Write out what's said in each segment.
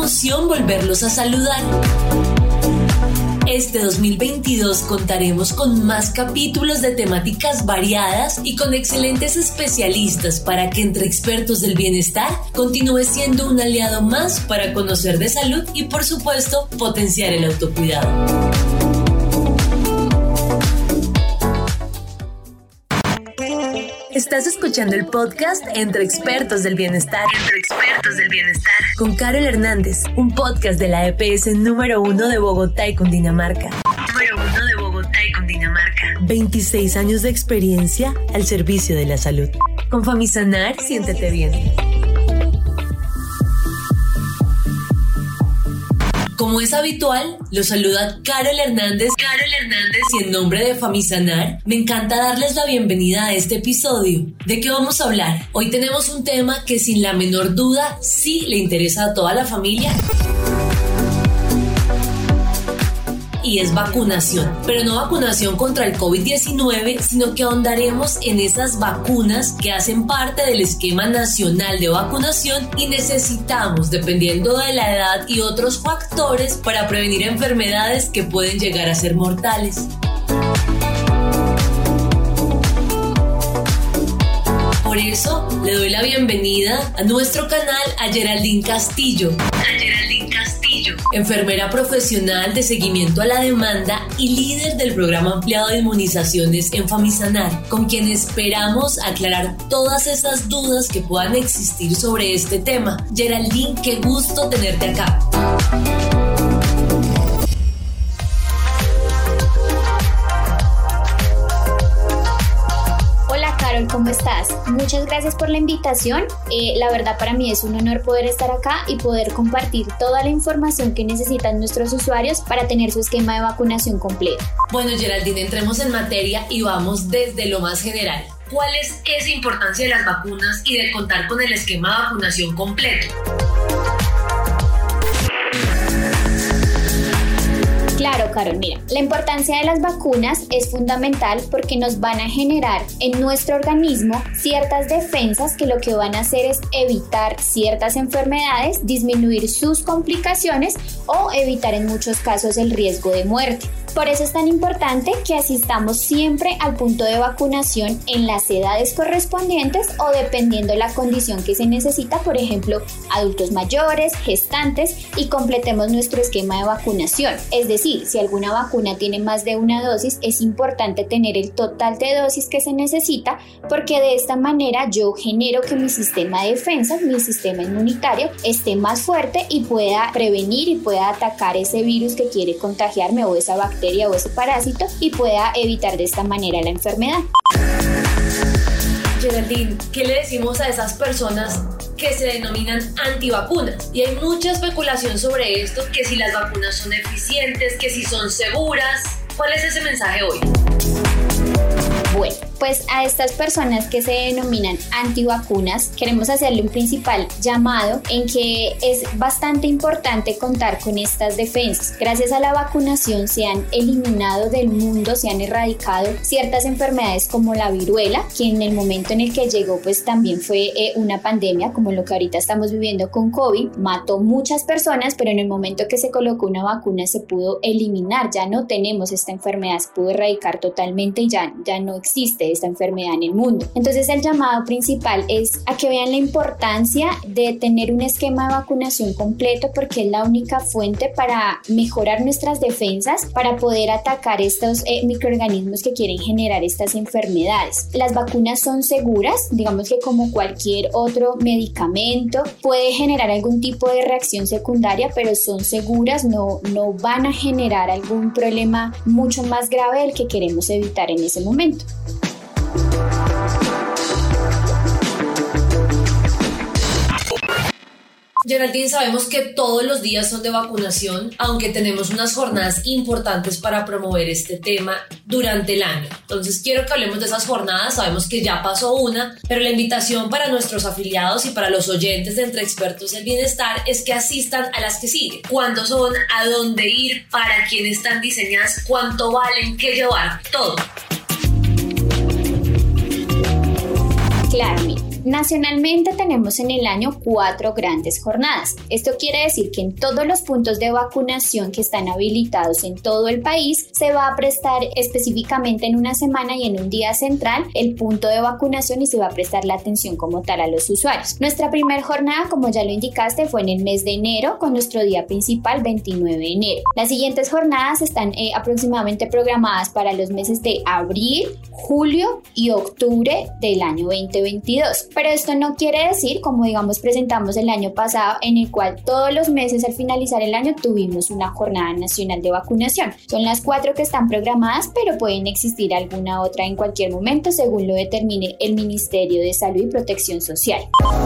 emoción volverlos a saludar. Este 2022 contaremos con más capítulos de temáticas variadas y con excelentes especialistas para que entre expertos del bienestar continúe siendo un aliado más para conocer de salud y, por supuesto, potenciar el autocuidado. Estás escuchando el podcast Entre Expertos del Bienestar. Con Carol Hernández, un podcast de la EPS número 1 de Bogotá y Cundinamarca. 26 años de experiencia al servicio de la salud. Con Famisanar, siéntete bien. Como es habitual, los saluda Carol Hernández y en nombre de Famisanar, me encanta darles la bienvenida a este episodio. ¿De qué vamos a hablar? Hoy tenemos un tema que sin la menor duda sí le interesa a toda la familia. Y es vacunación, pero no vacunación contra el COVID-19, sino que ahondaremos en esas vacunas que hacen parte del esquema nacional de vacunación y necesitamos, dependiendo de la edad y otros factores, para prevenir enfermedades que pueden llegar a ser mortales. Por eso le doy la bienvenida a nuestro canal a Geraldine Castillo. Enfermera profesional de seguimiento a la demanda y líder del programa ampliado de inmunizaciones en Famisanar, con quien esperamos aclarar todas esas dudas que puedan existir sobre este tema. Geraldine, qué gusto tenerte acá. ¿Cómo estás? Muchas gracias por la invitación. La verdad para mí es un honor poder estar acá y poder compartir toda la información que necesitan nuestros usuarios para tener su esquema de vacunación completo. Bueno, Geraldine, entremos en materia y vamos desde lo más general. ¿Cuál es esa importancia de las vacunas y de contar con el esquema de vacunación completo? Claro, Carol, mira, la importancia de las vacunas es fundamental porque nos van a generar en nuestro organismo ciertas defensas que lo que van a hacer es evitar ciertas enfermedades, disminuir sus complicaciones o evitar en muchos casos el riesgo de muerte. Por eso es tan importante que asistamos siempre al punto de vacunación en las edades correspondientes o dependiendo la condición que se necesita, por ejemplo, adultos mayores, gestantes y completemos nuestro esquema de vacunación. Es decir, si alguna vacuna tiene más de una dosis, es importante tener el total de dosis que se necesita porque de esta manera yo genero que mi sistema de defensas, mi sistema inmunitario esté más fuerte y pueda prevenir y pueda atacar ese virus que quiere contagiarme o esa bacteria o ese parásito y pueda evitar de esta manera la enfermedad. Geraldine, ¿qué le decimos a esas personas que se denominan antivacunas? Y hay mucha especulación sobre esto, que si las vacunas son eficientes, que si son seguras. ¿Cuál es ese mensaje hoy? Bueno, pues a estas personas que se denominan antivacunas queremos hacerle un principal llamado en que es bastante importante contar con estas defensas. Gracias a la vacunación se han eliminado del mundo, se han erradicado ciertas enfermedades como la viruela, que en el momento en el que llegó pues también fue una pandemia como lo que ahorita estamos viviendo con COVID, mató muchas personas, pero en el momento que se colocó una vacuna se pudo eliminar, ya no tenemos esta enfermedad, se pudo erradicar totalmente y ya no existe esta enfermedad en el mundo. Entonces el llamado principal es a que vean la importancia de tener un esquema de vacunación completo porque es la única fuente para mejorar nuestras defensas, para poder atacar estos microorganismos que quieren generar estas enfermedades. Las vacunas son seguras, digamos que como cualquier otro medicamento, puede generar algún tipo de reacción secundaria, pero son seguras, no van a generar algún problema mucho más grave del que queremos evitar en ese momento. Geraldine, sabemos que todos los días son de vacunación, aunque tenemos unas jornadas importantes para promover este tema durante el año. Entonces quiero que hablemos de esas jornadas, sabemos que ya pasó una, pero la invitación para nuestros afiliados y para los oyentes de Entre Expertos del Bienestar es que asistan a las que siguen. ¿Cuándo son? ¿A dónde ir? ¿Para quién están diseñadas? ¿Cuánto valen? ¿Qué llevar? Todo. Claro, Nacionalmente tenemos en el año 4 grandes jornadas. Esto quiere decir que en todos los puntos de vacunación que están habilitados en todo el país se va a prestar específicamente en una semana y en un día central el punto de vacunación y se va a prestar la atención como tal a los usuarios. Nuestra primera jornada, como ya lo indicaste, fue en el mes de enero con nuestro día principal 29 de enero. Las siguientes jornadas están aproximadamente programadas para los meses de abril, julio y octubre del año 2022. Pero esto no quiere decir, como digamos presentamos el año pasado, en el cual todos los meses al finalizar el año tuvimos una jornada nacional de vacunación. Son las 4 que están programadas, pero pueden existir alguna otra en cualquier momento según lo determine el Ministerio de Salud y Protección Social.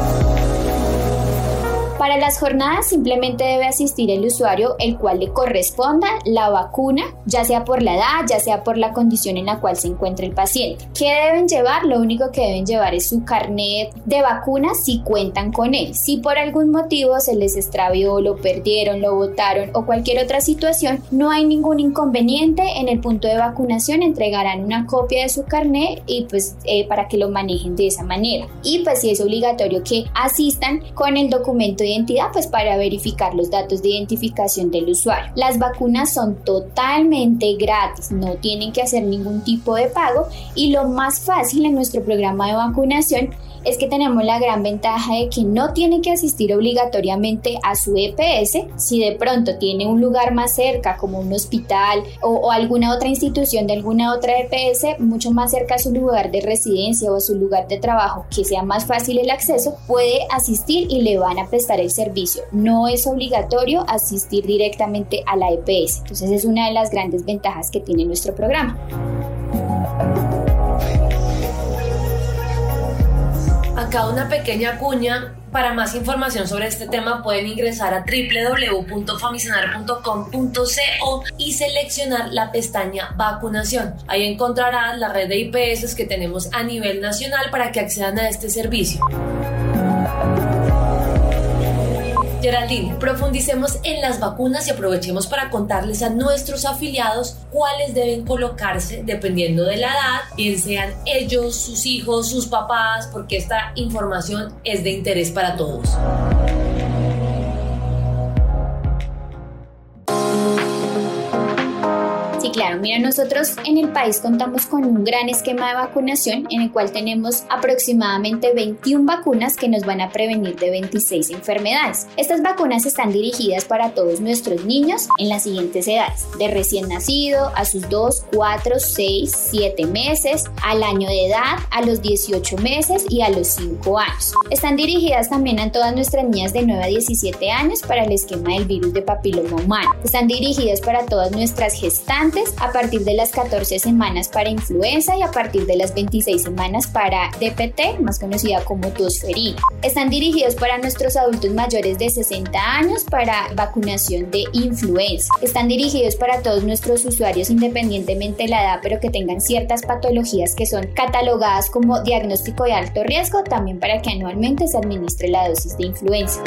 Para las jornadas simplemente debe asistir el usuario el cual le corresponda la vacuna, ya sea por la edad, ya sea por la condición en la cual se encuentra el paciente. ¿Qué deben llevar? Lo único que deben llevar es su carnet de vacuna si cuentan con él. Si por algún motivo se les extravió, lo perdieron, lo botaron o cualquier otra situación, no hay ningún inconveniente. En el punto de vacunación entregarán una copia de su carnet y para que lo manejen de esa manera. Y pues sí es obligatorio que asistan con el documento de identidad para verificar los datos de identificación del usuario. Las vacunas son totalmente gratis, no tienen que hacer ningún tipo de pago y lo más fácil en nuestro programa de vacunación es que tenemos la gran ventaja de que no tiene que asistir obligatoriamente a su EPS. Si de pronto tiene un lugar más cerca como un hospital o alguna otra institución de alguna otra EPS mucho más cerca a su lugar de residencia o a su lugar de trabajo que sea más fácil el acceso, puede asistir y le van a prestar el servicio. No es obligatorio asistir directamente a la EPS. Entonces es una de las grandes ventajas que tiene nuestro programa. Acá una pequeña cuña. Para más información sobre este tema pueden ingresar a www.famisanar.com.co y seleccionar la pestaña vacunación. Ahí encontrarán la red de IPS que tenemos a nivel nacional para que accedan a este servicio. Geraldine, profundicemos en las vacunas y aprovechemos para contarles a nuestros afiliados cuáles deben colocarse dependiendo de la edad, bien sean ellos, sus hijos, sus papás, porque esta información es de interés para todos. Sí, claro, mira, nosotros en el país contamos con un gran esquema de vacunación en el cual tenemos aproximadamente 21 vacunas que nos van a prevenir de 26 enfermedades. Estas vacunas están dirigidas para todos nuestros niños en las siguientes edades: de recién nacido a sus 2, 4, 6, 7 meses, al año de edad, a los 18 meses y a los 5 años. Están dirigidas también a todas nuestras niñas de 9 a 17 años para el esquema del virus de papiloma humano. Están dirigidas para todas nuestras gestantes a partir de las 14 semanas para influenza y a partir de las 26 semanas para DPT, más conocida como tosferina. Están dirigidos para nuestros adultos mayores de 60 años para vacunación de influenza. Están dirigidos para todos nuestros usuarios independientemente de la edad, pero que tengan ciertas patologías que son catalogadas como diagnóstico de alto riesgo, también para que anualmente se administre la dosis de influenza.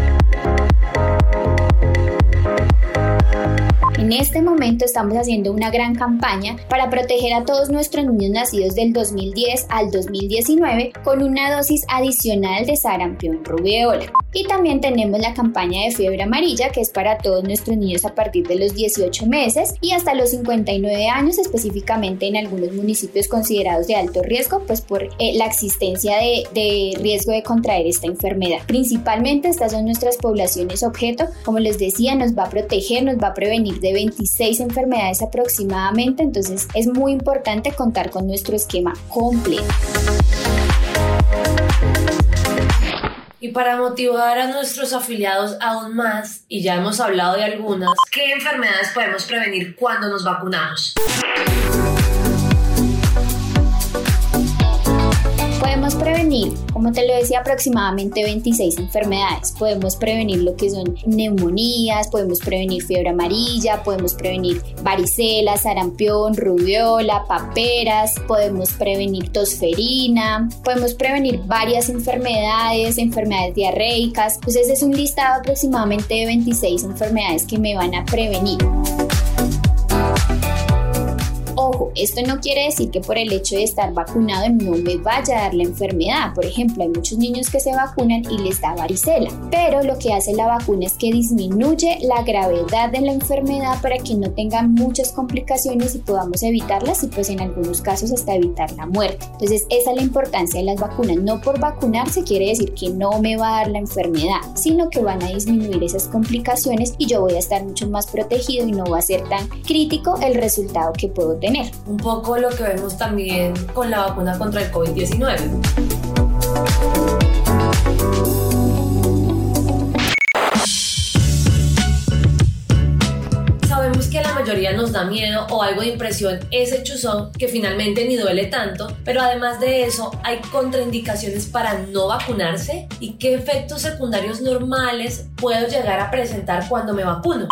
En este momento estamos haciendo una gran campaña para proteger a todos nuestros niños nacidos del 2010 al 2019 con una dosis adicional de sarampión rubéola. Y también tenemos la campaña de fiebre amarilla, que es para todos nuestros niños a partir de los 18 meses y hasta los 59 años, específicamente en algunos municipios considerados de alto riesgo, pues por la existencia de riesgo de contraer esta enfermedad. Principalmente estas son nuestras poblaciones objeto. Como les decía, nos va a proteger, nos va a prevenir de 26 enfermedades aproximadamente, entonces es muy importante contar con nuestro esquema completo. Y para motivar a nuestros afiliados aún más, y ya hemos hablado de algunas, ¿qué enfermedades podemos prevenir cuando nos vacunamos? Podemos prevenir, como te lo decía, aproximadamente 26 enfermedades. Podemos prevenir lo que son neumonías, podemos prevenir fiebre amarilla, podemos prevenir varicela, sarampión, rubiola, paperas, podemos prevenir tosferina, podemos prevenir varias enfermedades diarreicas. Entonces es un listado aproximadamente de 26 enfermedades que me van a prevenir. Ojo, esto no quiere decir que por el hecho de estar vacunado no me vaya a dar la enfermedad. Por ejemplo, hay muchos niños que se vacunan y les da varicela, pero lo que hace la vacuna es que disminuye la gravedad de la enfermedad para que no tengan muchas complicaciones y podamos evitarlas y pues en algunos casos hasta evitar la muerte. Entonces esa es la importancia de las vacunas. No por vacunarse quiere decir que no me va a dar la enfermedad, sino que van a disminuir esas complicaciones y yo voy a estar mucho más protegido y no va a ser tan crítico el resultado que puedo tener. Un poco lo que vemos también con la vacuna contra el COVID-19. Sabemos que a la mayoría nos da miedo o algo de impresión ese chuzón que finalmente ni duele tanto, pero además de eso hay contraindicaciones para no vacunarse. ¿Y qué efectos secundarios normales puedo llegar a presentar cuando me vacuno?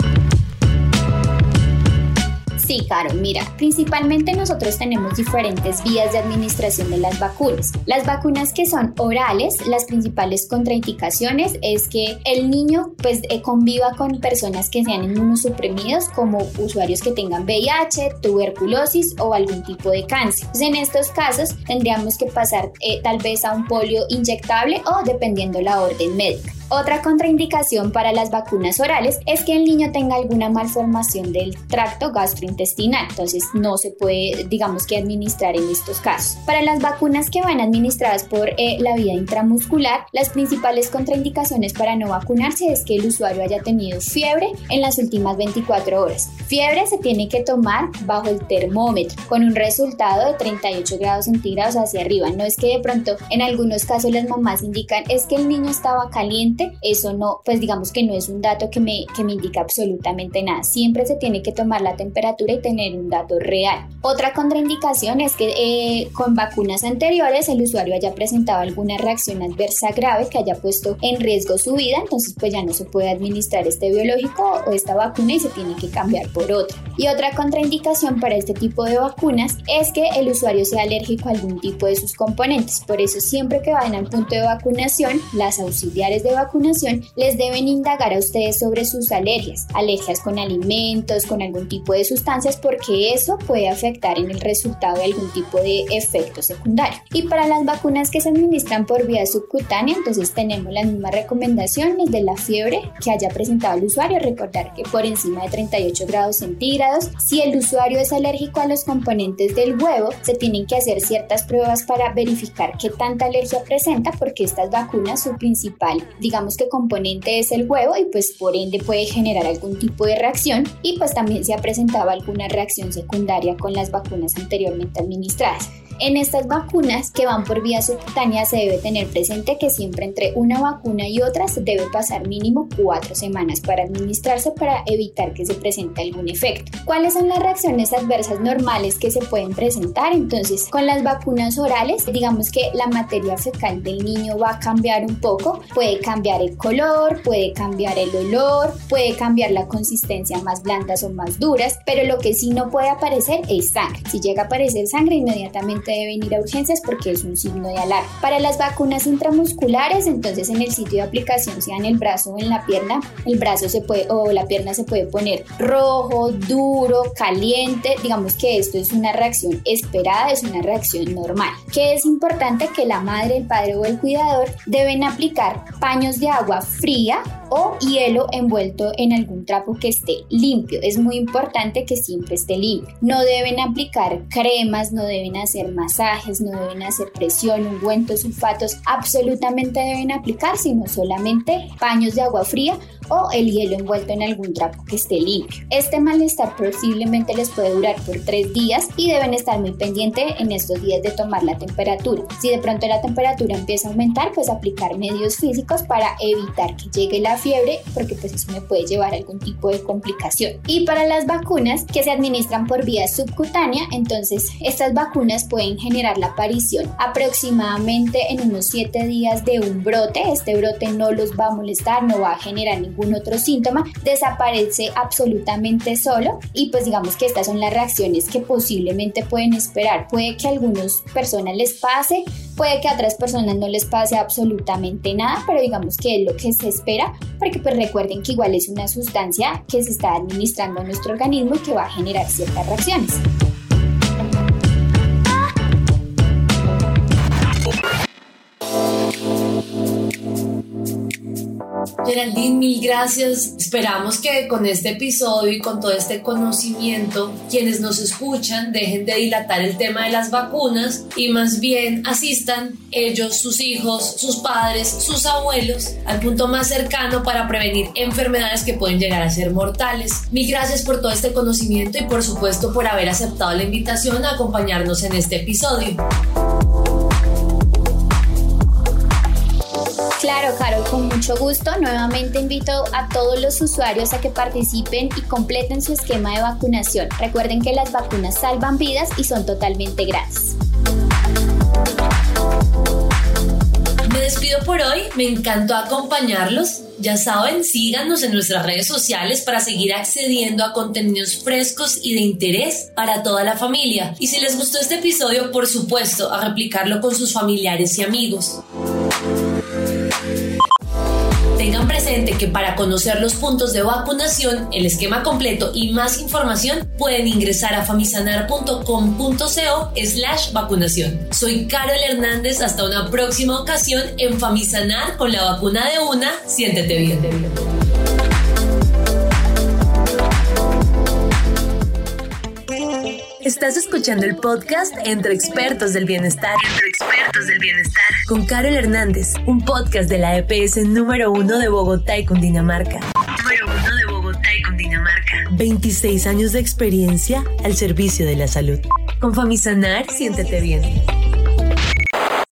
Sí, Caro, mira, principalmente nosotros tenemos diferentes vías de administración de las vacunas. Las vacunas que son orales, las principales contraindicaciones es que el niño pues conviva con personas que sean inmunosuprimidos, como usuarios que tengan VIH, tuberculosis o algún tipo de cáncer. Entonces, en estos casos tendríamos que pasar tal vez a un polio inyectable o dependiendo la orden médica. Otra contraindicación para las vacunas orales es que el niño tenga alguna malformación del tracto gastrointestinal, entonces no se puede, digamos que administrar en estos casos. Para las vacunas que van administradas por la vía intramuscular, las principales contraindicaciones para no vacunarse es que el usuario haya tenido fiebre en las últimas 24 horas. Fiebre se tiene que tomar bajo el termómetro con un resultado de 38 grados centígrados hacia arriba. No es que de pronto en algunos casos las mamás indican es que el niño estaba caliente. Eso no, pues digamos que no es un dato que me indica absolutamente nada. Siempre se tiene que tomar la temperatura y tener un dato real. Otra contraindicación es que con vacunas anteriores el usuario haya presentado alguna reacción adversa grave que haya puesto en riesgo su vida, entonces pues ya no se puede administrar este biológico o esta vacuna y se tiene que cambiar por otra. Y otra contraindicación para este tipo de vacunas es que el usuario sea alérgico a algún tipo de sus componentes. Por eso siempre que vayan al punto de vacunación, las auxiliares de vacunación les deben indagar a ustedes sobre sus alergias con alimentos, con algún tipo de sustancias, porque eso puede afectar en el resultado de algún tipo de efecto secundario. Y para las vacunas que se administran por vía subcutánea, entonces tenemos las mismas recomendaciones de la fiebre que haya presentado el usuario, recordar que por encima de 38 grados centígrados. Si el usuario es alérgico a los componentes del huevo, se tienen que hacer ciertas pruebas para verificar qué tanta alergia presenta, porque estas vacunas, su principal, digamos que componente es el huevo y pues por ende puede generar algún tipo de reacción y pues también se ha presentado alguna reacción secundaria con las vacunas anteriormente administradas. En estas vacunas que van por vía subcutánea se debe tener presente que siempre entre una vacuna y otra se debe pasar mínimo 4 semanas para administrarse para evitar que se presente algún efecto. ¿Cuáles son las reacciones adversas normales que se pueden presentar? Entonces, con las vacunas orales, digamos que la materia fecal del niño va a cambiar un poco, puede cambiar el color, puede cambiar el olor, puede cambiar la consistencia, más blandas o más duras, pero lo que sí no puede aparecer es sangre. Si llega a aparecer sangre, inmediatamente deben ir a urgencias porque es un signo de alarma. Para las vacunas intramusculares, entonces en el sitio de aplicación, sea en el brazo o en la pierna, el brazo o la pierna se puede poner rojo, duro, caliente. Digamos que esto es una reacción esperada, es una reacción normal. Que es importante que la madre, el padre o el cuidador deben aplicar paños de agua fría o hielo envuelto en algún trapo que esté limpio. Es muy importante que siempre esté limpio. No deben aplicar cremas, no deben hacer masajes, no deben hacer presión, ungüentos, sulfatos, absolutamente deben aplicar, sino solamente paños de agua fría o el hielo envuelto en algún trapo que esté limpio. Este malestar posiblemente les puede durar por 3 días y deben estar muy pendientes en estos días de tomar la temperatura. Si de pronto la temperatura empieza a aumentar, pues aplicar medios físicos para evitar que llegue la fiebre, porque pues eso me puede llevar a algún tipo de complicación. Y para las vacunas que se administran por vía subcutánea, entonces estas vacunas pueden generar la aparición aproximadamente en unos 7 días de un brote. Este brote no los va a molestar, no va a generar ningún otro síntoma, desaparece absolutamente solo y pues digamos que estas son las reacciones que posiblemente pueden esperar. Puede que a algunas personas les pase, puede que a otras personas no les pase absolutamente nada, pero digamos que es lo que se espera, porque pues recuerden que igual es una sustancia que se está administrando a nuestro organismo y que va a generar ciertas reacciones. Geraldine, mil gracias. Esperamos que con este episodio y con todo este conocimiento, quienes nos escuchan dejen de dilatar el tema de las vacunas y más bien asistan ellos, sus hijos, sus padres, sus abuelos al punto más cercano para prevenir enfermedades que pueden llegar a ser mortales. Mil gracias por todo este conocimiento y por supuesto por haber aceptado la invitación a acompañarnos en este episodio. Claro, Carol, con mucho gusto. Nuevamente invito a todos los usuarios a que participen y completen su esquema de vacunación. Recuerden que las vacunas salvan vidas y son totalmente gratis. Me despido por hoy, me encantó acompañarlos. Ya saben, síganos en nuestras redes sociales para seguir accediendo a contenidos frescos y de interés para toda la familia. Y si les gustó este episodio, por supuesto, a replicarlo con sus familiares y amigos. Tengan presente que para conocer los puntos de vacunación, el esquema completo y más información pueden ingresar a famisanar.com.co/vacunación. Soy Carol Hernández, hasta una próxima ocasión en Famisanar con la vacuna de una, siéntete bien. Estás escuchando el podcast Entre Expertos del Bienestar. Con Carol Hernández, un podcast de la EPS número 1 de Bogotá y Cundinamarca. 26 años de experiencia al servicio de la salud. Con Famisanar, siéntete bien.